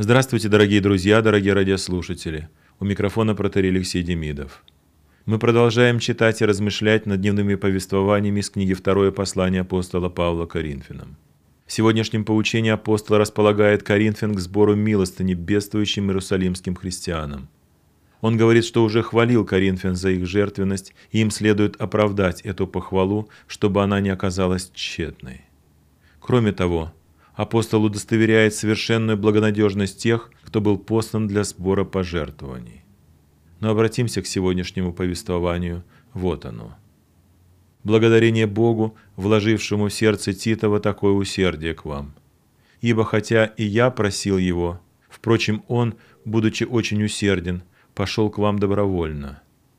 Здравствуйте, дорогие друзья, дорогие радиослушатели. У микрофона протоиерей Алексей Демидов. Мы продолжаем читать и размышлять над дневными повествованиями из книги «Второе послание апостола Павла Коринфянам». В сегодняшнем поучении апостол располагает Коринфян к сбору милостыни бедствующим иерусалимским христианам. Он говорит, что уже хвалил Коринфян за их жертвенность, и им следует оправдать эту похвалу, чтобы она не оказалась тщетной. Кроме того, апостол удостоверяет совершенную благонадежность тех, кто был послан для сбора пожертвований. Но обратимся к сегодняшнему повествованию. Вот оно. Благодарение Богу, вложившему в сердце Титова такое усердие к вам. Ибо хотя и я просил его, впрочем, он, будучи очень усерден, пошел к вам добровольно.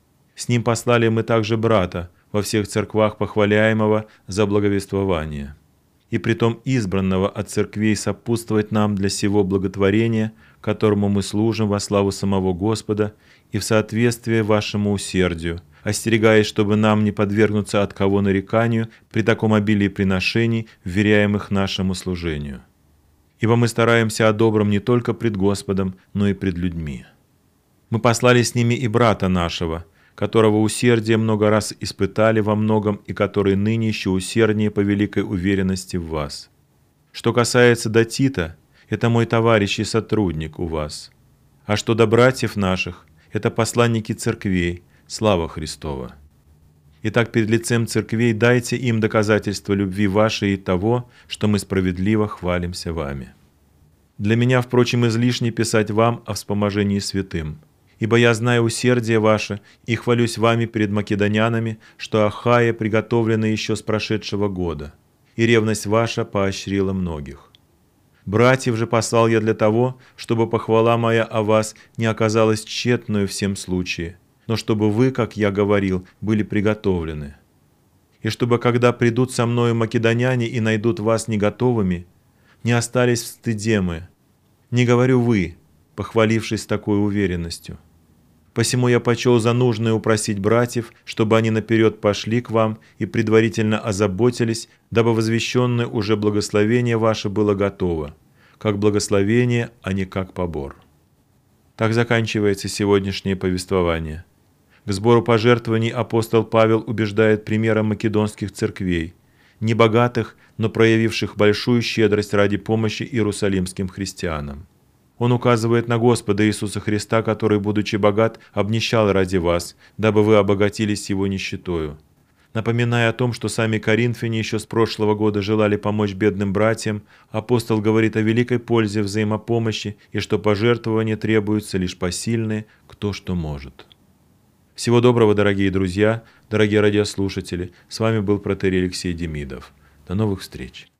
С ним послали мы также брата во всех церквах, похваляемого за благовествование, и притом избранного от церквей сопутствовать нам для сего благотворения, которому мы служим во славу самого Господа и в соответствии вашему усердию, остерегаясь, чтобы нам не подвергнуться от кого нареканию при таком обилии приношений, вверяемых нашему служению. Ибо мы стараемся о добром не только пред Господом, но и пред людьми. Мы послали с ними и брата нашего, которого усердие много раз испытали во многом и который ныне еще усерднее по великой уверенности в вас. Что касается до Тита, это мой товарищ и сотрудник у вас. А что до братьев наших, это посланники церквей, слава Христова. Итак, перед лицем церквей дайте им доказательство любви вашей и того, что мы справедливо хвалимся вами. Для меня, впрочем, излишне писать вам о вспоможении святым. Ибо я знаю усердие ваше и хвалюсь вами перед македонянами, что Ахая приготовлена еще с прошедшего года, и ревность ваша поощрила многих. Братьев же послал я для того, чтобы похвала моя о вас не оказалась тщетную в всем случае, но чтобы вы, как я говорил, были приготовлены. И чтобы, когда придут со мною македоняне и найдут вас не готовыми, не остались в стыде мы, не говорю вы, похвалившись такой уверенностью. Посему я почел за нужное упросить братьев, чтобы они наперед пошли к вам и предварительно озаботились, дабы возвещенное уже благословение ваше было готово, как благословение, а не как побор. Так заканчивается сегодняшнее повествование. К сбору пожертвований апостол Павел убеждает примером македонских церквей, небогатых, но проявивших большую щедрость ради помощи иерусалимским христианам. Он указывает на Господа Иисуса Христа, который, будучи богат, обнищал ради вас, дабы вы обогатились Его нищетою. Напоминая о том, что сами коринфяне еще с прошлого года желали помочь бедным братьям, апостол говорит о великой пользе взаимопомощи и что пожертвования требуются лишь посильные, кто что может. Всего доброго, дорогие друзья, дорогие радиослушатели. С вами был протоиерей Алексей Демидов. До новых встреч.